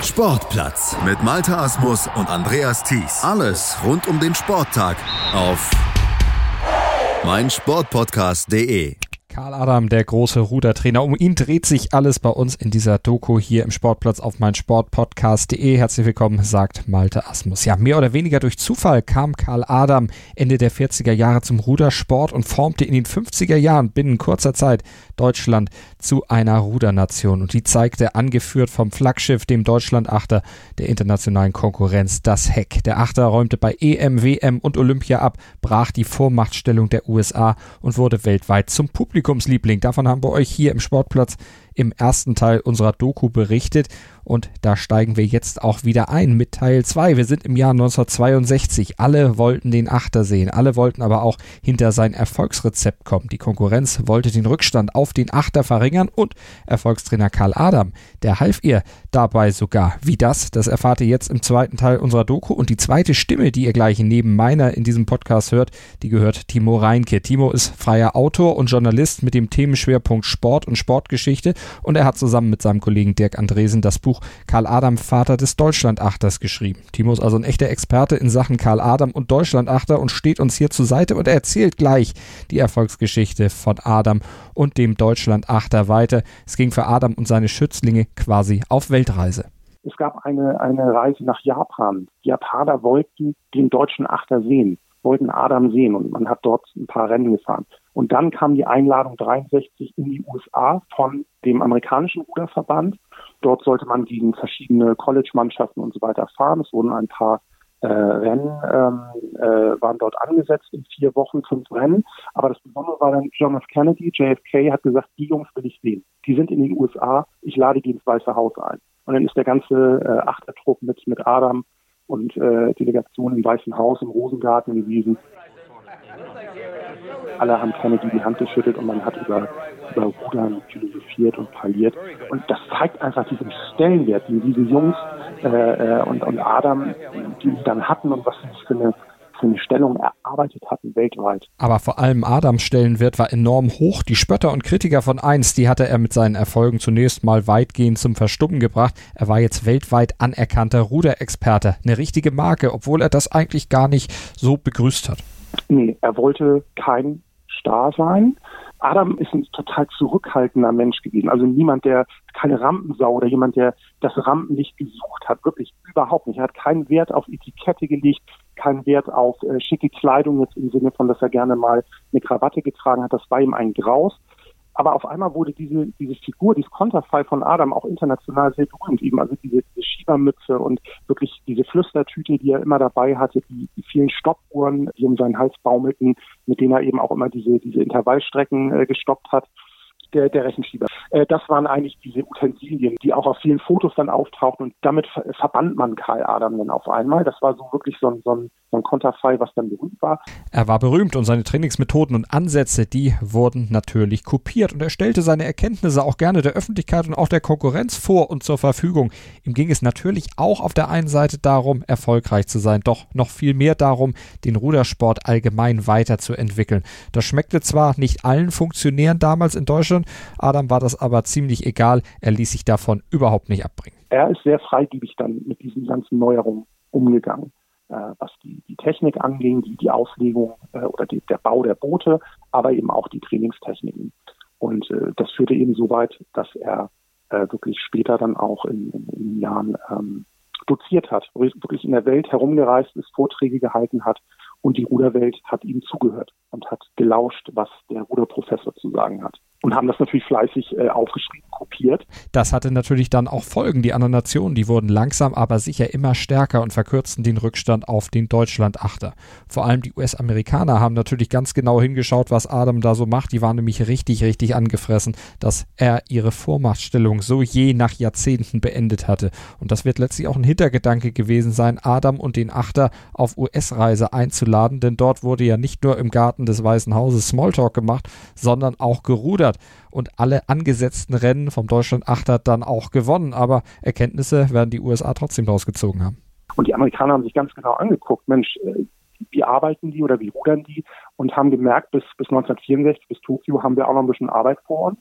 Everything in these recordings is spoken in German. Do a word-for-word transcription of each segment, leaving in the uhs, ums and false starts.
Sportplatz mit Malte Asmus und Andreas Thies. Alles rund um den Sporttag auf meinsportpodcast punkt de. Karl Adam, der große Rudertrainer. Um ihn dreht sich alles bei uns in dieser Doku hier im Sportplatz auf meinsportpodcast punkt de. Herzlich willkommen, sagt Malte Asmus. Ja, mehr oder weniger durch Zufall kam Karl Adam Ende der vierziger Jahre zum Rudersport und formte in den fünfziger Jahren binnen kurzer Zeit Deutschland zu einer Rudernation. Und die zeigte, angeführt vom Flaggschiff, dem Deutschland-Achter der internationalen Konkurrenz, das Heck. Der Achter räumte bei E M, W M und Olympia ab, brach die Vormachtstellung der U S A und wurde weltweit zum Publikumsliebling. Davon haben wir euch hier im Sportplatz im ersten Teil unserer Doku berichtet und da steigen wir jetzt auch wieder ein mit Teil zwei. Wir sind im Jahr neunzehnhundertzweiundsechzig. Alle wollten den Achter sehen, alle wollten aber auch hinter sein Erfolgsrezept kommen. Die Konkurrenz wollte den Rückstand auf den Achter verringern und Erfolgstrainer Karl Adam, der half ihr dabei sogar. Wie das, das erfahrt ihr jetzt im zweiten Teil unserer Doku und die zweite Stimme, die ihr gleich neben meiner in diesem Podcast hört, die gehört Timo Reinke. Timo ist freier Autor und Journalist mit dem Themenschwerpunkt Sport und Sportgeschichte. Und er hat zusammen mit seinem Kollegen Dirk Andresen das Buch Karl Adam, Vater des Deutschlandachters geschrieben. Timo ist also ein echter Experte in Sachen Karl Adam und Deutschlandachter und steht uns hier zur Seite und er erzählt gleich die Erfolgsgeschichte von Adam und dem Deutschlandachter weiter. Es ging für Adam und seine Schützlinge quasi auf Weltreise. Es gab eine, eine Reise nach Japan. Die Japaner wollten den deutschen Achter sehen, wollten Adam sehen und man hat dort ein paar Rennen gefahren. Und dann kam die Einladung dreiundsechzig in die U S A von dem amerikanischen Ruderverband. Dort sollte man gegen verschiedene College-Mannschaften und so weiter fahren. Es wurden ein paar äh, Rennen, ähm, äh, waren dort angesetzt in vier Wochen, fünf Rennen. Aber das Besondere war dann, John F. Kennedy, J F K, hat gesagt, die Jungs will ich sehen. Die sind in den U S A, ich lade die ins Weiße Haus ein. Und dann ist der ganze äh, Achtertrupp mit, mit Adam und äh, Delegation im Weißen Haus, im Rosengarten gewesen. Alle haben Kennedy die Hand geschüttelt und man hat über, über Rudern philosophiert und parliert. Und das zeigt einfach diesen Stellenwert, den diese Jungs äh, und, und Adam, die sie dann hatten und was sie für eine, für eine Stellung erarbeitet hatten weltweit. Aber vor allem Adams Stellenwert war enorm hoch. Die Spötter und Kritiker von einst, die hatte er mit seinen Erfolgen zunächst mal weitgehend zum Verstummen gebracht. Er war jetzt weltweit anerkannter Ruderexperte. Eine richtige Marke, obwohl er das eigentlich gar nicht so begrüßt hat. Nee, er wollte kein Star sein. Adam ist ein total zurückhaltender Mensch gewesen. Also niemand, der keine Rampensau oder jemand, der das Rampenlicht gesucht hat. Wirklich überhaupt nicht. Er hat keinen Wert auf Etikette gelegt, keinen Wert auf äh, schicke Kleidung jetzt im Sinne von, dass er gerne mal eine Krawatte getragen hat. Das war ihm ein Graus. Aber auf einmal wurde diese diese Figur, dieses Konterfei von Adam auch international sehr berühmt. Eben also diese, diese Schiebermütze und wirklich diese Flüstertüte, die er immer dabei hatte, die, die vielen Stoppuhren, die um seinen Hals baumelten, mit denen er eben auch immer diese diese Intervallstrecken äh, gestoppt hat. Der, der Rechenschieber. Äh, das waren eigentlich diese Utensilien, die auch auf vielen Fotos dann auftauchten und damit ver- verband man Karl Adam dann auf einmal. Das war so wirklich so ein, so ein, so ein Konterfei, was dann berühmt war. Er war berühmt und seine Trainingsmethoden und Ansätze, die wurden natürlich kopiert und er stellte seine Erkenntnisse auch gerne der Öffentlichkeit und auch der Konkurrenz vor und zur Verfügung. Ihm ging es natürlich auch auf der einen Seite darum, erfolgreich zu sein, doch noch viel mehr darum, den Rudersport allgemein weiterzuentwickeln. Das schmeckte zwar nicht allen Funktionären damals in Deutschland, Adam war das aber ziemlich egal, er ließ sich davon überhaupt nicht abbringen. Er ist sehr freigebig dann mit diesen ganzen Neuerungen umgegangen, äh, was die, die Technik anging, die, die Auslegung äh, oder die, der Bau der Boote, aber eben auch die Trainingstechniken. Und äh, das führte eben so weit, dass er äh, wirklich später dann auch in, in, in den Jahren ähm, doziert hat, wirklich in der Welt herumgereist ist, Vorträge gehalten hat und die Ruderwelt hat ihm zugehört und hat gelauscht, was der Ruderprofessor zu sagen hat. Und haben das natürlich fleißig äh, aufgeschrieben, kopiert. Das hatte natürlich dann auch Folgen. Die anderen Nationen, die wurden langsam, aber sicher immer stärker und verkürzten den Rückstand auf den Deutschlandachter. Vor allem die U S-Amerikaner haben natürlich ganz genau hingeschaut, was Adam da so macht. Die waren nämlich richtig, richtig angefressen, dass er ihre Vormachtstellung so je nach Jahrzehnten beendet hatte. Und das wird letztlich auch ein Hintergedanke gewesen sein, Adam und den Achter auf U S-Reise einzuladen, denn dort wurde ja nicht nur im Garten des Weißen Hauses Smalltalk gemacht, sondern auch gerudert. Und alle angesetzten Rennen vom Deutschlandachter dann auch gewonnen. Aber Erkenntnisse werden die U S A trotzdem daraus gezogen haben. Und die Amerikaner haben sich ganz genau angeguckt, Mensch, wie arbeiten die oder wie rudern die? Und haben gemerkt, bis, bis neunzehnhundertvierundsechzig, bis Tokio, haben wir auch noch ein bisschen Arbeit vor uns.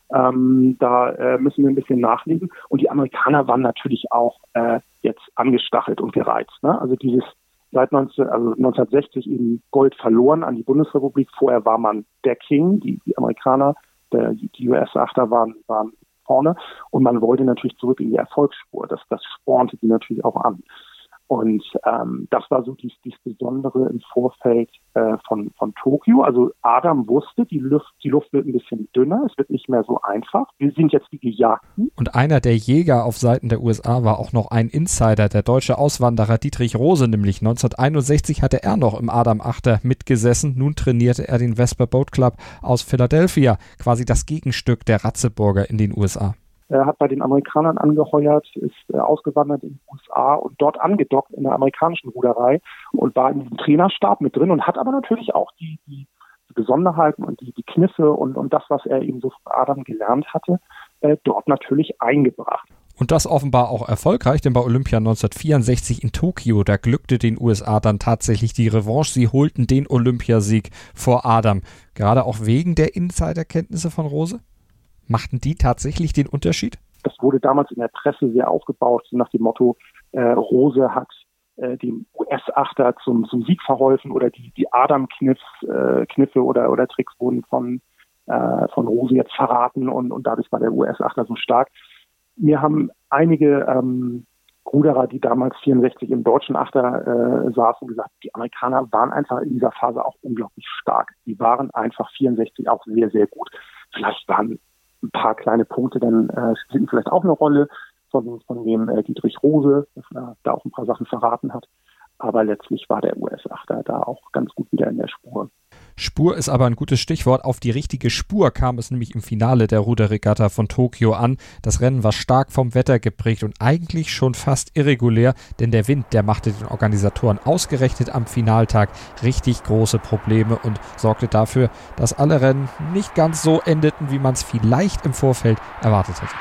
Ähm, da äh, müssen wir ein bisschen nachlegen. Und die Amerikaner waren natürlich auch äh, jetzt angestachelt und gereizt. Ne? Also dieses seit neunzehn, also neunzehnhundertsechzig eben Gold verloren an die Bundesrepublik. Vorher war man der King, die, die Amerikaner, der, die U S-Achter waren, waren vorne. Und man wollte natürlich zurück in die Erfolgsspur. Das, das spornte die natürlich auch an. Und ähm, das war so dies, dies Besondere im Vorfeld äh, von, von Tokio. Also Adam wusste, die Luft, die Luft wird ein bisschen dünner, es wird nicht mehr so einfach. Wir sind jetzt die Gejagten. Und einer der Jäger auf Seiten der U S A war auch noch ein Insider, der deutsche Auswanderer Dietrich Rose, nämlich neunzehnhunderteinundsechzig hatte er noch im Adam Achter mitgesessen. Nun trainierte er den Vesper Boat Club aus Philadelphia, quasi das Gegenstück der Ratzeburger in den U S A. Er hat bei den Amerikanern angeheuert, ist äh, ausgewandert in die U S A und dort angedockt in der amerikanischen Ruderei und war in diesem Trainerstab mit drin und hat aber natürlich auch die, die, die Besonderheiten und die, die Kniffe und, und das, was er eben so von Adam gelernt hatte, äh, dort natürlich eingebracht. Und das offenbar auch erfolgreich, denn bei Olympia neunzehnhundertvierundsechzig in Tokio, da glückte den U S A dann tatsächlich die Revanche. Sie holten den Olympiasieg vor Adam. Gerade auch wegen der Insiderkenntnisse von Rose? Machten die tatsächlich den Unterschied? Das wurde damals in der Presse sehr aufgebaut, so nach dem Motto, äh, Rose hat äh, dem U S-Achter zum, zum Sieg verholfen oder die, die Adam-Kniffe äh, Kniffe oder, oder Tricks wurden von, äh, von Rose jetzt verraten und, und dadurch war der U S-Achter so stark. Mir haben einige ähm, Ruderer, die damals vierundsechzig im deutschen Achter äh, saßen, gesagt, die Amerikaner waren einfach in dieser Phase auch unglaublich stark. Die waren einfach vierundsechzig auch sehr, sehr gut. Vielleicht waren ein paar kleine Punkte dann äh, spielten vielleicht auch eine Rolle von, von dem äh, Dietrich Rose, dass er da auch ein paar Sachen verraten hat. Aber letztlich war der U S-Achter da auch ganz gut wieder in der Spur. Spur ist aber ein gutes Stichwort. Auf die richtige Spur kam es nämlich im Finale der Ruderregatta von Tokio an. Das Rennen war stark vom Wetter geprägt und eigentlich schon fast irregulär, denn der Wind, der machte den Organisatoren ausgerechnet am Finaltag richtig große Probleme und sorgte dafür, dass alle Rennen nicht ganz so endeten, wie man es vielleicht im Vorfeld erwartet hätte.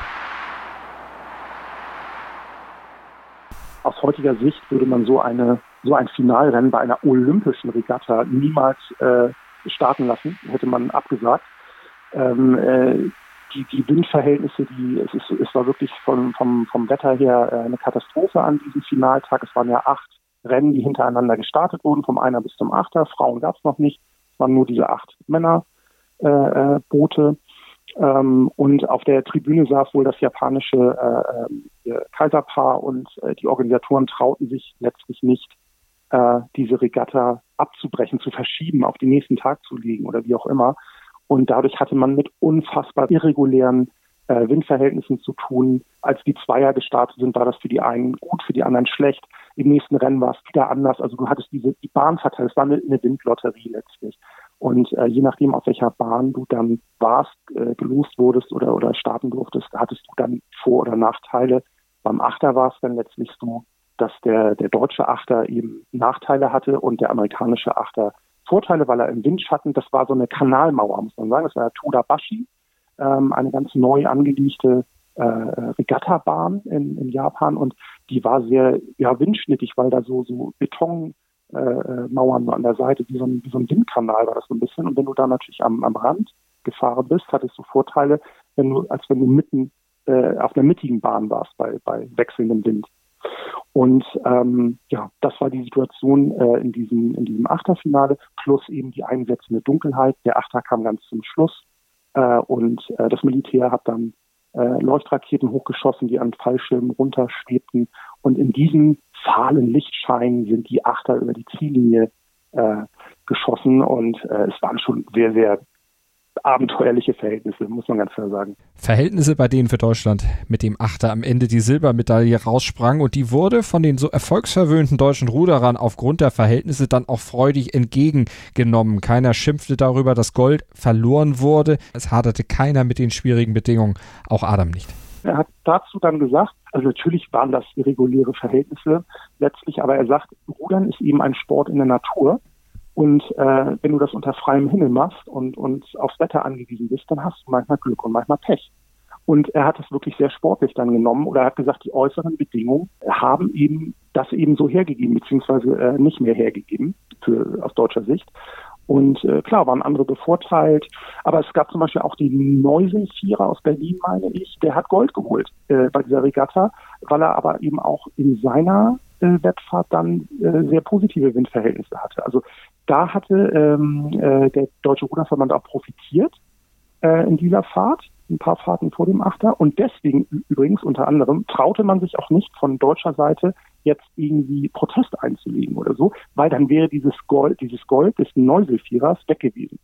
Aus heutiger Sicht würde man so eine so ein Finalrennen bei einer olympischen Regatta niemals äh, starten lassen, hätte man abgesagt. Ähm, äh, die, die Windverhältnisse, die es, ist, es war wirklich vom, vom, vom Wetter her äh, eine Katastrophe an diesem Finaltag. Es waren ja acht Rennen, die hintereinander gestartet wurden, vom Einer bis zum Achter. Frauen gab es noch nicht, es waren nur diese acht Männerboote. Äh, Ähm, und auf der Tribüne saß wohl das japanische äh, äh, Kaiserpaar und äh, die Organisatoren trauten sich letztlich nicht, äh, diese Regatta abzubrechen, zu verschieben, auf den nächsten Tag zu legen oder wie auch immer. Und dadurch hatte man mit unfassbar irregulären äh, Windverhältnissen zu tun. Als die Zweier gestartet sind, war das für die einen gut, für die anderen schlecht. Im nächsten Rennen war es wieder anders. Also du hattest diese die Bahn verteilt. Es war eine, eine Windlotterie letztlich. Und äh, je nachdem, auf welcher Bahn du dann warst, äh, gelost wurdest oder, oder starten durftest, hattest du dann Vor- oder Nachteile. Beim Achter war es dann letztlich so, dass der, der deutsche Achter eben Nachteile hatte und der amerikanische Achter Vorteile, weil er im Windschatten, das war so eine Kanalmauer, muss man sagen, das war Todabashi, ähm, eine ganz neu angelegte äh, Regattabahn in, in Japan und die war sehr ja, windschnittig, weil da so, so Beton Äh, Mauern an der Seite, wie so, ein, wie so ein Windkanal war das so ein bisschen. Und wenn du da natürlich am, am Rand gefahren bist, hattest du Vorteile, wenn du, als wenn du mitten äh, auf einer mittigen Bahn warst bei, bei wechselndem Wind. Und ähm, ja, das war die Situation äh, in diesem in diesem Achterfinale, plus eben die einsetzende Dunkelheit. Der Achter kam ganz zum Schluss äh, und äh, das Militär hat dann äh, Leuchtraketen hochgeschossen, die an Fallschirmen runterschwebten. Und in diesem fahlen Lichtschein sind die Achter über die Ziellinie äh, geschossen und äh, es waren schon sehr, sehr abenteuerliche Verhältnisse, muss man ganz klar sagen. Verhältnisse, bei denen für Deutschland mit dem Achter am Ende die Silbermedaille raussprang und die wurde von den so erfolgsverwöhnten deutschen Ruderern aufgrund der Verhältnisse dann auch freudig entgegengenommen. Keiner schimpfte darüber, dass Gold verloren wurde. Es haderte keiner mit den schwierigen Bedingungen, auch Adam nicht. Er hat dazu dann gesagt, also natürlich waren das irreguläre Verhältnisse letztlich, aber er sagt, Rudern ist eben ein Sport in der Natur und äh, wenn du das unter freiem Himmel machst und, und aufs Wetter angewiesen bist, dann hast du manchmal Glück und manchmal Pech. Und er hat das wirklich sehr sportlich dann genommen oder er hat gesagt, die äußeren Bedingungen haben eben das eben so hergegeben, beziehungsweise äh, nicht mehr hergegeben für, aus deutscher Sicht. Und äh, klar, waren andere bevorteilt. Aber es gab zum Beispiel auch den Neusel-Vierer aus Berlin, meine ich, der hat Gold geholt äh, bei dieser Regatta, weil er aber eben auch in seiner äh, Wettfahrt dann äh, sehr positive Windverhältnisse hatte. Also da hatte ähm, äh, der Deutsche Ruderverband auch profitiert äh, in dieser Fahrt, ein paar Fahrten vor dem Achter. Und deswegen übrigens unter anderem traute man sich auch nicht von deutscher Seite jetzt irgendwie Protest einzulegen oder so, weil dann wäre dieses Gold, dieses Gold des Neusel-Vierers weg gewesen.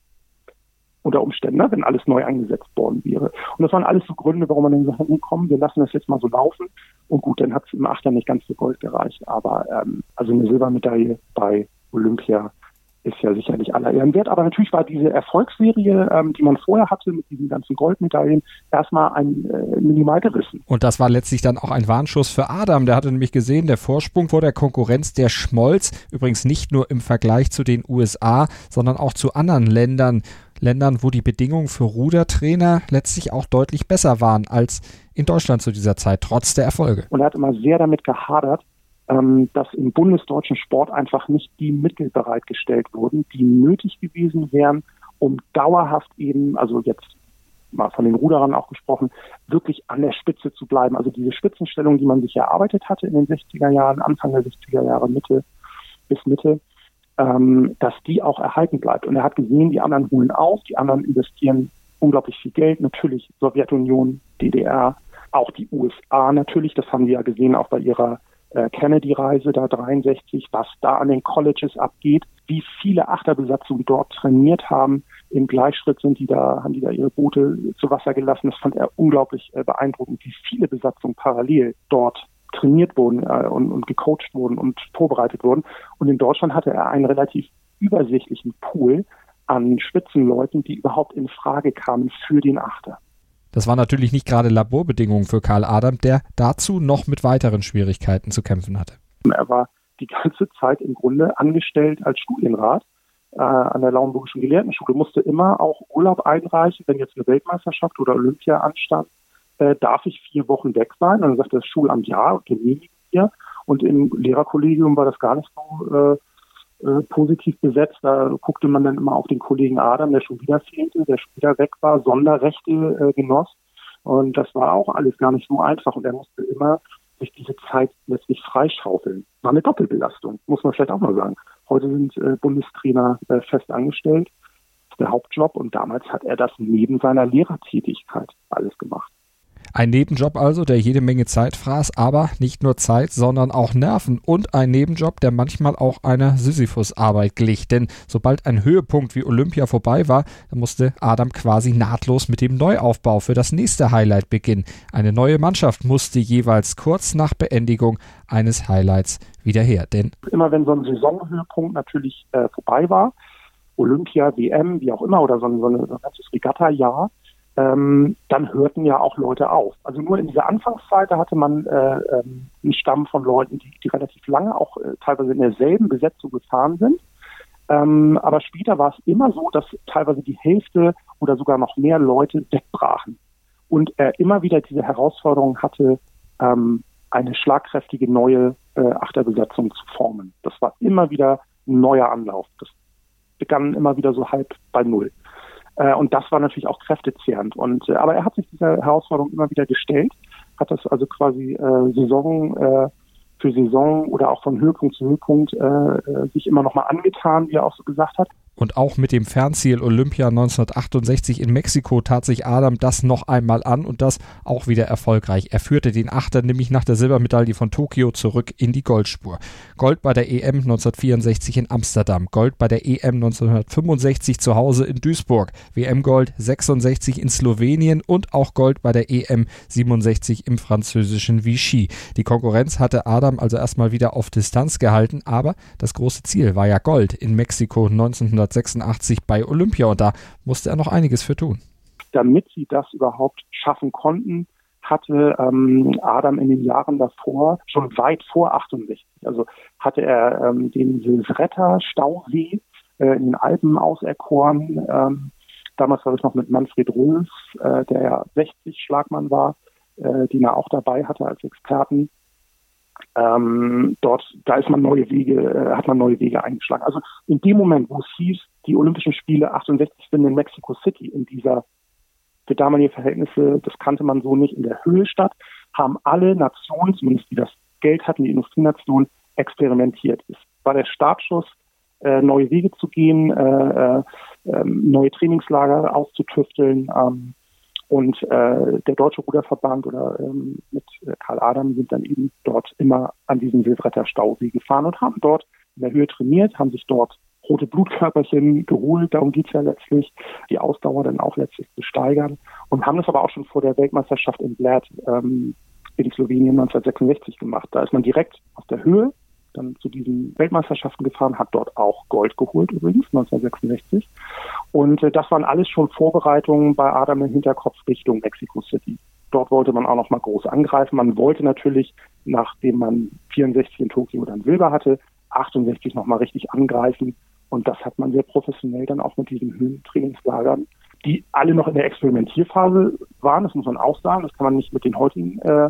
Unter Umständen, ne, wenn alles neu eingesetzt worden wäre. Und das waren alles so Gründe, warum man dann gesagt hat, komm, wir lassen das jetzt mal so laufen. Und gut, dann hat es im Achter nicht ganz für Gold gereicht. Aber ähm, also eine Silbermedaille bei Olympia ist ja sicherlich aller Ehren wert. Aber natürlich war diese Erfolgsserie, ähm, die man vorher hatte mit diesen ganzen Goldmedaillen, erstmal ein äh, minimal gerissen. Und das war letztlich dann auch ein Warnschuss für Adam. Der hatte nämlich gesehen, der Vorsprung vor der Konkurrenz, der schmolz. Übrigens nicht nur im Vergleich zu den U S A, sondern auch zu anderen Ländern. Ländern, wo die Bedingungen für Rudertrainer letztlich auch deutlich besser waren als in Deutschland zu dieser Zeit, trotz der Erfolge. Und er hat immer sehr damit gehadert, dass im bundesdeutschen Sport einfach nicht die Mittel bereitgestellt wurden, die nötig gewesen wären, um dauerhaft eben, also jetzt mal von den Ruderern auch gesprochen, wirklich an der Spitze zu bleiben. Also diese Spitzenstellung, die man sich erarbeitet hatte in den sechziger Jahren, Anfang der sechziger Jahre, Mitte bis Mitte, ähm, dass die auch erhalten bleibt. Und er hat gesehen, die anderen holen auf, die anderen investieren unglaublich viel Geld, natürlich Sowjetunion, D D R, auch die U S A natürlich, das haben wir ja gesehen, auch bei ihrer Kennedy-Reise da dreiundsechzig, was da an den Colleges abgeht, wie viele Achterbesatzungen dort trainiert haben. Im Gleichschritt sind die da, haben die da ihre Boote zu Wasser gelassen. Das fand er unglaublich äh, beeindruckend, wie viele Besatzungen parallel dort trainiert wurden äh, und, und gecoacht wurden und vorbereitet wurden. Und in Deutschland hatte er einen relativ übersichtlichen Pool an Spitzenleuten, die überhaupt in Frage kamen für den Achter. Das war natürlich nicht gerade Laborbedingungen für Karl Adam, der dazu noch mit weiteren Schwierigkeiten zu kämpfen hatte. Er war die ganze Zeit im Grunde angestellt als Studienrat äh, an der Lauenburgischen Gelehrtenschule, musste immer auch Urlaub einreichen, wenn jetzt eine Weltmeisterschaft oder Olympia anstand, äh, darf ich vier Wochen weg sein. Und dann sagt das Schulamt ja und genehmigt hier. Und im Lehrerkollegium war das gar nicht so äh, äh, positiv besetzt. Da guckte man dann immer auf den Kollegen Adam, der schon wieder fehlte, der schon wieder weg war, Sonderrechte äh, genoss. Und das war auch alles gar nicht so einfach. Und er musste immer sich diese Zeit letztlich freischaufeln. War eine Doppelbelastung, muss man vielleicht auch mal sagen. Heute sind äh, Bundestrainer äh, fest angestellt. Das ist der Hauptjob. Und damals hat er das neben seiner Lehrertätigkeit alles gemacht. Ein Nebenjob also, der jede Menge Zeit fraß, aber nicht nur Zeit, sondern auch Nerven und ein Nebenjob, der manchmal auch einer Sisyphus-Arbeit glich. Denn sobald ein Höhepunkt wie Olympia vorbei war, musste Adam quasi nahtlos mit dem Neuaufbau für das nächste Highlight beginnen. Eine neue Mannschaft musste jeweils kurz nach Beendigung eines Highlights wieder her. Denn immer wenn so ein Saisonhöhepunkt natürlich äh, vorbei war, Olympia, W M, wie auch immer, oder so ein, so ein ganzes Regatta-Jahr, Ähm, dann hörten ja auch Leute auf. Also nur in dieser Anfangszeit, da hatte man äh, ähm, einen Stamm von Leuten, die, die relativ lange auch äh, teilweise in derselben Besetzung gefahren sind. Ähm, aber später war es immer so, dass teilweise die Hälfte oder sogar noch mehr Leute wegbrachen. Und er immer wieder diese Herausforderung hatte, ähm, eine schlagkräftige neue äh, Achterbesetzung zu formen. Das war immer wieder ein neuer Anlauf. Das begann immer wieder so halb bei Null. Und das war natürlich auch kräftezehrend. Und, aber er hat sich dieser Herausforderung immer wieder gestellt, hat das also quasi äh, Saison äh, für Saison oder auch von Höhepunkt zu Höhepunkt äh, sich immer nochmal angetan, wie er auch so gesagt hat. Und auch mit dem Fernziel Olympia neunzehnhundertachtundsechzig in Mexiko tat sich Adam das noch einmal an und das auch wieder erfolgreich. Er führte den Achter nämlich nach der Silbermedaille von Tokio zurück in die Goldspur. Gold bei der E M neunzehnhundertvierundsechzig in Amsterdam, Gold bei der E M neunzehnhundertfünfundsechzig zu Hause in Duisburg, W M-Gold sechsundsechzig in Slowenien und auch Gold bei der E M siebenundsechzig im französischen Vichy. Die Konkurrenz hatte Adam also erstmal wieder auf Distanz gehalten, aber das große Ziel war ja Gold in Mexiko neunzehnhundertsechsundachtzig bei Olympia und da musste er noch einiges für tun. Damit sie das überhaupt schaffen konnten, hatte ähm, Adam in den Jahren davor, schon weit vor achtundsechzig, also hatte er ähm, den Silvretta-Stausee äh, in den Alpen auserkoren. Ähm, damals war das noch mit Manfred Röhls, äh, der ja sechzig Schlagmann war, äh, den er auch dabei hatte als Experten. Ähm, dort, da ist man neue Wege, äh, hat man neue Wege eingeschlagen. Also in dem Moment, wo es hieß, die Olympischen Spiele achtundsechzig finden in Mexico City, in dieser, für damalige Verhältnisse, das kannte man so nicht, in der Höhe statt, haben alle Nationen, zumindest die das Geld hatten, die Industrienationen, experimentiert. Es war der Startschuss, äh, neue Wege zu gehen, äh, äh, neue Trainingslager auszutüfteln. Ähm, und äh, der Deutsche Ruderverband oder ähm, mit Karl Adam sind dann eben dort immer an diesen Silvretter Stausee gefahren und haben dort in der Höhe trainiert, haben sich dort rote Blutkörperchen geholt, darum geht's ja letztlich, die Ausdauer dann auch letztlich zu steigern und haben das aber auch schon vor der Weltmeisterschaft in Bled ähm, in Slowenien neunzehnhundertsechsundsechzig gemacht. Da ist man direkt aus der Höhe dann zu diesen Weltmeisterschaften gefahren, hat dort auch Gold geholt übrigens, neunzehnhundertsechsundsechzig. Und äh, das waren alles schon Vorbereitungen bei Adam im Hinterkopf Richtung Mexico City. Dort wollte man auch noch mal groß angreifen. Man wollte natürlich, nachdem man vierundsechzig in Tokio dann Silber hatte, achtundsechzig noch mal richtig angreifen. Und das hat man sehr professionell dann auch mit diesen Höhentrainingslagern, die alle noch in der Experimentierphase waren, das muss man auch sagen, das kann man nicht mit den heutigen äh,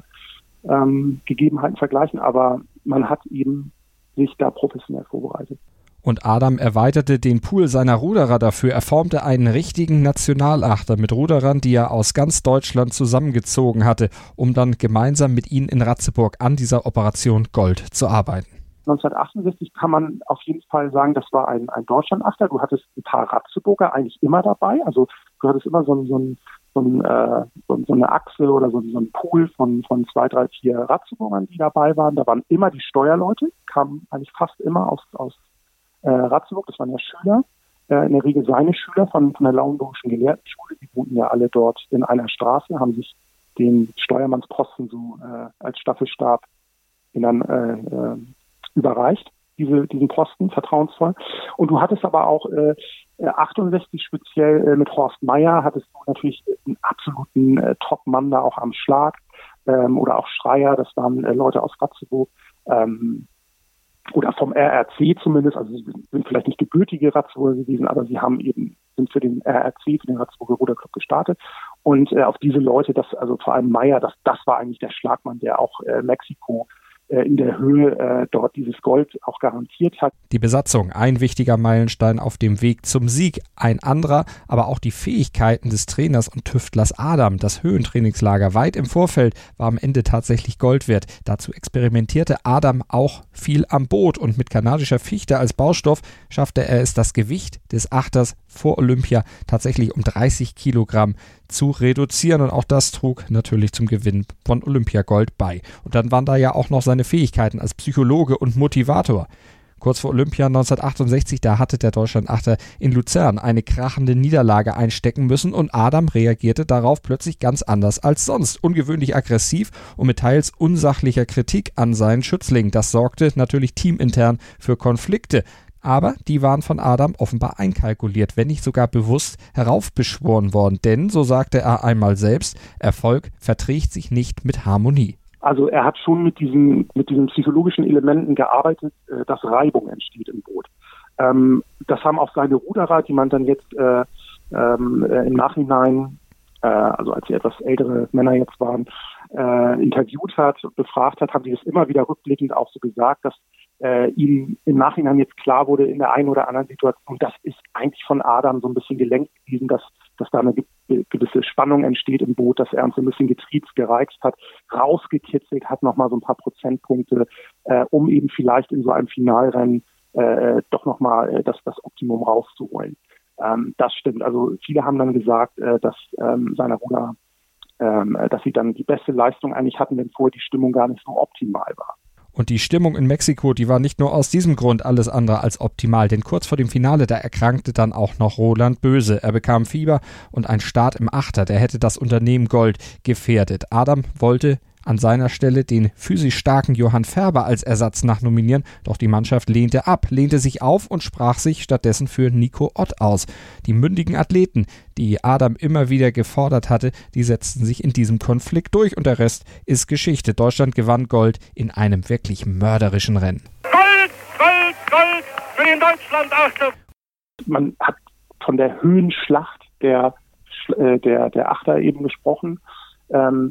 ähm, Gegebenheiten vergleichen, aber man hat eben sich da professionell vorbereitet. Und Adam erweiterte den Pool seiner Ruderer dafür. Er formte einen richtigen Nationalachter mit Ruderern, die er aus ganz Deutschland zusammengezogen hatte, um dann gemeinsam mit ihnen in Ratzeburg an dieser Operation Gold zu arbeiten. neunzehnhundertachtundsechzig kann man auf jeden Fall sagen, das war ein, ein Deutschlandachter. Du hattest ein paar Ratzeburger eigentlich immer dabei. Also du hattest immer so, so, ein, so, ein, äh, so, so eine Achse oder so, so ein Pool von, von zwei, drei, vier Ratzeburgern, die dabei waren. Da waren immer die Steuerleute, kamen eigentlich fast immer aus, aus äh, Ratzeburg. Das waren ja Schüler, äh, in der Regel seine Schüler von, von der Lauenburgischen Gelehrtenschule. Die wohnten ja alle dort in einer Straße, haben sich den Steuermannsposten so äh, als Staffelstab in dann äh, äh, überreicht, diese, diesen Posten, vertrauensvoll. Und du hattest aber auch äh, achtundsechzig speziell äh, mit Horst Meyer, hattest du natürlich einen absoluten äh, Top-Mann da auch am Schlag, ähm, oder auch Schreier, das waren äh, Leute aus Ratzeburg, ähm, oder vom R R C zumindest, also sie sind vielleicht nicht gebürtige Ratzeburger gewesen, aber sie haben eben, sind für den R R C, für den Ratzeburger Ruderclub gestartet. Und äh, auf diese Leute, das, also vor allem Meyer, das, das war eigentlich der Schlagmann, der auch äh, Mexiko in der Höhe äh, dort dieses Gold auch garantiert hat. Die Besatzung, ein wichtiger Meilenstein auf dem Weg zum Sieg. Ein anderer, aber auch die Fähigkeiten des Trainers und Tüftlers Adam. Das Höhentrainingslager weit im Vorfeld war am Ende tatsächlich Gold wert. Dazu experimentierte Adam auch viel am Boot und mit kanadischer Fichte als Baustoff schaffte er es, das Gewicht des Achters vor Olympia tatsächlich um dreißig Kilogramm zu reduzieren und auch das trug natürlich zum Gewinn von Olympiagold bei. Und dann waren da ja auch noch seine Fähigkeiten als Psychologe und Motivator. Kurz vor Olympia neunzehnhundertachtundsechzig, da hatte der Deutschlandachter in Luzern eine krachende Niederlage einstecken müssen und Adam reagierte darauf plötzlich ganz anders als sonst. Ungewöhnlich aggressiv und mit teils unsachlicher Kritik an seinen Schützlingen. Das sorgte natürlich teamintern für Konflikte. Aber die waren von Adam offenbar einkalkuliert, wenn nicht sogar bewusst heraufbeschworen worden. Denn, so sagte er einmal selbst, Erfolg verträgt sich nicht mit Harmonie. Also er hat schon mit diesen, mit diesen psychologischen Elementen gearbeitet, äh, dass Reibung entsteht im Boot. Ähm, das haben auch seine Ruderer, die man dann jetzt äh, ähm, äh, im Nachhinein, äh, also als sie etwas ältere Männer jetzt waren, äh, interviewt hat, befragt hat, haben die das immer wieder rückblickend auch so gesagt, dass äh, ihm im Nachhinein jetzt klar wurde in der einen oder anderen Situation, das ist eigentlich von Adam so ein bisschen gelenkt gewesen, dass, dass da eine ge- gewisse Spannung entsteht im Boot, dass er uns so ein bisschen getriezt, gereizt hat, rausgekitzelt hat, nochmal so ein paar Prozentpunkte, äh, um eben vielleicht in so einem Finalrennen äh, doch nochmal äh, das, das Optimum rauszuholen. Ähm, das stimmt. Also viele haben dann gesagt, äh, dass ähm, seine Ruder, ähm, dass sie dann die beste Leistung eigentlich hatten, wenn vorher die Stimmung gar nicht so optimal war. Und die Stimmung in Mexiko, die war nicht nur aus diesem Grund alles andere als optimal, denn kurz vor dem Finale, da erkrankte dann auch noch Roland Böse. Er bekam Fieber und ein Start im Achter, der hätte das Unternehmen Gold gefährdet. Adam wollte an seiner Stelle den physisch starken Johann Färber als Ersatz nachnominieren, doch die Mannschaft lehnte ab, lehnte sich auf und sprach sich stattdessen für Nico Ott aus. Die mündigen Athleten, die Adam immer wieder gefordert hatte, die setzten sich in diesem Konflikt durch und der Rest ist Geschichte. Deutschland gewann Gold in einem wirklich mörderischen Rennen. Gold, Gold, Gold für den Deutschlandachter! Man hat von der Höhenschlacht der, der, der Achter eben gesprochen. Ähm,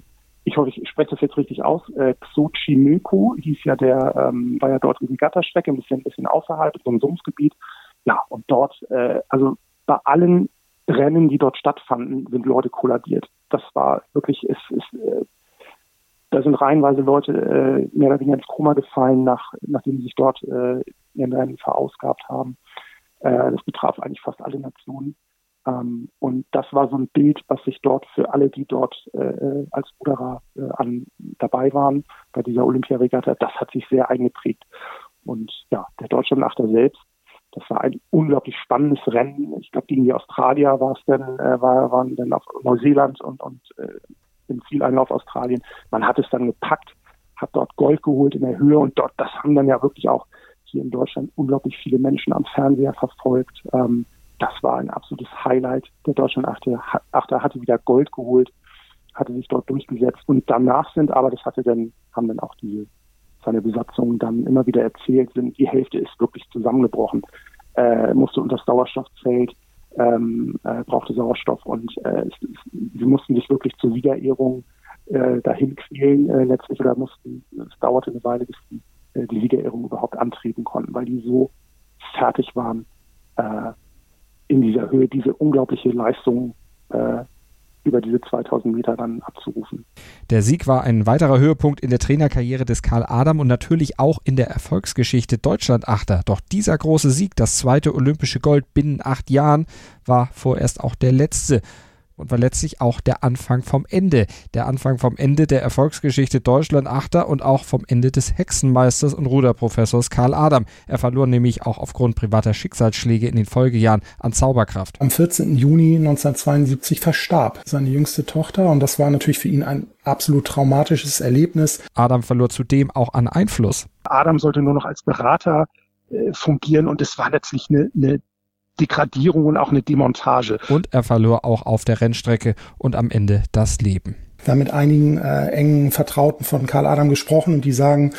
ich hoffe, ich spreche das jetzt richtig aus, äh, Xochimilco hieß ja der, ähm, war ja dort die Regattastrecke, ein bisschen, ein bisschen außerhalb, so ein Sumpfgebiet. Ja, und dort, äh, also bei allen Rennen, die dort stattfanden, sind Leute kollabiert. Das war wirklich, es ist, äh, da sind reihenweise Leute äh, mehr oder weniger ins Koma gefallen, nach, nachdem sie sich dort äh, in den Rennen verausgabt haben. Äh, das betraf eigentlich fast alle Nationen. Ähm, und das war so ein Bild, was sich dort für alle, die dort äh, als Ruderer äh, an, dabei waren bei dieser Olympiaregatta, das hat sich sehr eingeprägt. Und ja, der Deutschlandachter selbst, das war ein unglaublich spannendes Rennen. Ich glaube, gegen die Australier war es dann, äh, war, waren dann auf Neuseeland und, und äh, im Zieleinlauf Australien. Man hat es dann gepackt, hat dort Gold geholt in der Höhe und dort, das haben dann ja wirklich auch hier in Deutschland unglaublich viele Menschen am Fernseher verfolgt. Ähm, Das war ein absolutes Highlight. Der Deutschlandachter Achter hatte wieder Gold geholt, hatte sich dort durchgesetzt. Und danach sind, aber das hatte dann, haben dann auch die, seine Besatzungen dann immer wieder erzählt, sind, die Hälfte ist wirklich zusammengebrochen, äh, musste unter das Sauerstoffzelt, ähm, äh, brauchte Sauerstoff und äh, es, es, sie mussten sich wirklich zur Siegerehrung äh, dahin quälen äh, letztlich oder mussten, es dauerte eine Weile, bis die, äh, die Siegerehrung überhaupt antreten konnten, weil die so fertig waren, äh, in dieser Höhe diese unglaubliche Leistung äh, über diese zweitausend Meter dann abzurufen. Der Sieg war ein weiterer Höhepunkt in der Trainerkarriere des Karl Adam und natürlich auch in der Erfolgsgeschichte Deutschlandachter. Doch dieser große Sieg, das zweite olympische Gold binnen acht Jahren, war vorerst auch der letzte. Und war letztlich auch der Anfang vom Ende. Der Anfang vom Ende der Erfolgsgeschichte Deutschlandachter und auch vom Ende des Hexenmeisters und Ruderprofessors Karl Adam. Er verlor nämlich auch aufgrund privater Schicksalsschläge in den Folgejahren an Zauberkraft. Am vierzehnten Juni neunzehnhundertzweiundsiebzig verstarb seine jüngste Tochter und das war natürlich für ihn ein absolut traumatisches Erlebnis. Adam verlor zudem auch an Einfluss. Adam sollte nur noch als Berater äh, fungieren und es war letztlich eine, eine Degradierung und auch eine Demontage. Und er verlor auch auf der Rennstrecke und am Ende das Leben. Wir haben mit einigen äh, engen Vertrauten von Karl Adam gesprochen und die sagen,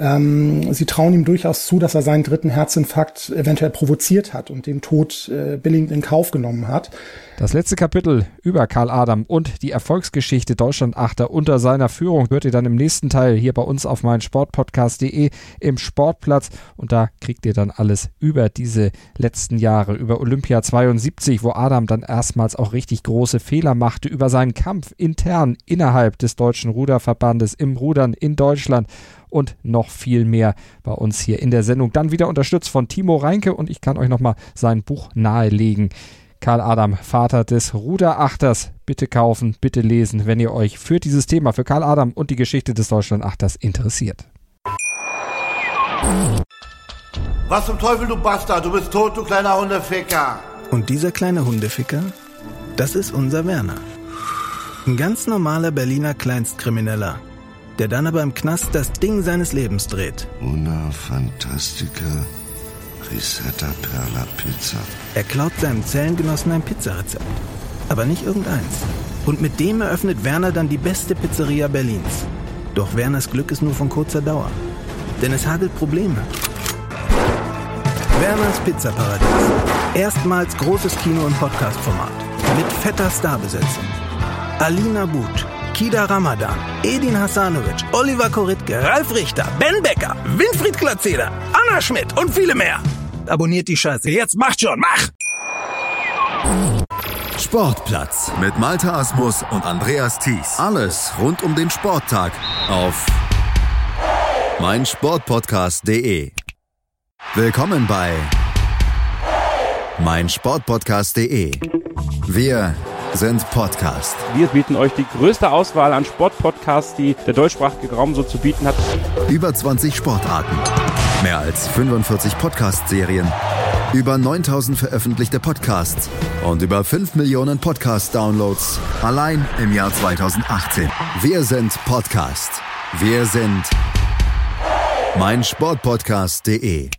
ähm, sie trauen ihm durchaus zu, dass er seinen dritten Herzinfarkt eventuell provoziert hat und den Tod äh, billigend in Kauf genommen hat. Das letzte Kapitel über Karl Adam und die Erfolgsgeschichte Deutschlandachter unter seiner Führung hört ihr dann im nächsten Teil hier bei uns auf meinsportpodcast punkt de im Sportplatz und da kriegt ihr dann alles über diese letzten Jahre, über Olympia zweiundsiebzig, wo Adam dann erstmals auch richtig große Fehler machte, über seinen Kampf intern innerhalb des Deutschen Ruderverbandes, im Rudern in Deutschland und noch viel mehr bei uns hier in der Sendung. Dann wieder unterstützt von Timo Reinke und ich kann euch nochmal sein Buch nahelegen. Karl Adam, Vater des Ruderachters. Bitte kaufen, bitte lesen, wenn ihr euch für dieses Thema, für Karl Adam und die Geschichte des Deutschlandachters interessiert. Was zum Teufel, du Bastard? Du bist tot, du kleiner Hundeficker. Und dieser kleine Hundeficker, das ist unser Werner. Ein ganz normaler Berliner Kleinstkrimineller, der dann aber im Knast das Ding seines Lebens dreht. Una Fantastica Risetta Perla Pizza. Er klaut seinem Zellengenossen ein Pizzarezept, aber nicht irgendeins. Und mit dem eröffnet Werner dann die beste Pizzeria Berlins. Doch Werners Glück ist nur von kurzer Dauer, denn es hagelt Probleme. Werners Pizzaparadies. Erstmals großes Kino- und Podcast-Format. Mit fetter Starbesetzung. Alina But, Kida Ramadan, Edin Hasanovic, Oliver Koritke, Ralf Richter, Ben Becker, Winfried Glatzeder, Anna Schmidt und viele mehr. Abonniert die Scheiße. Jetzt macht schon, mach! Sportplatz mit Malte Asmus und Andreas Thies. Alles rund um den Sporttag auf meinsportpodcast punkt de. Willkommen bei meinsportpodcast punkt de. Wir sind Podcast. Wir bieten euch die größte Auswahl an Sportpodcasts, die der deutschsprachige Raum so zu bieten hat. Über zwanzig Sportarten, mehr als fünfundvierzig Podcast-Serien, über neuntausend veröffentlichte Podcasts und über fünf Millionen Podcast-Downloads allein im Jahr zweitausendachtzehn. Wir sind Podcast. Wir sind meinsportpodcast punkt de.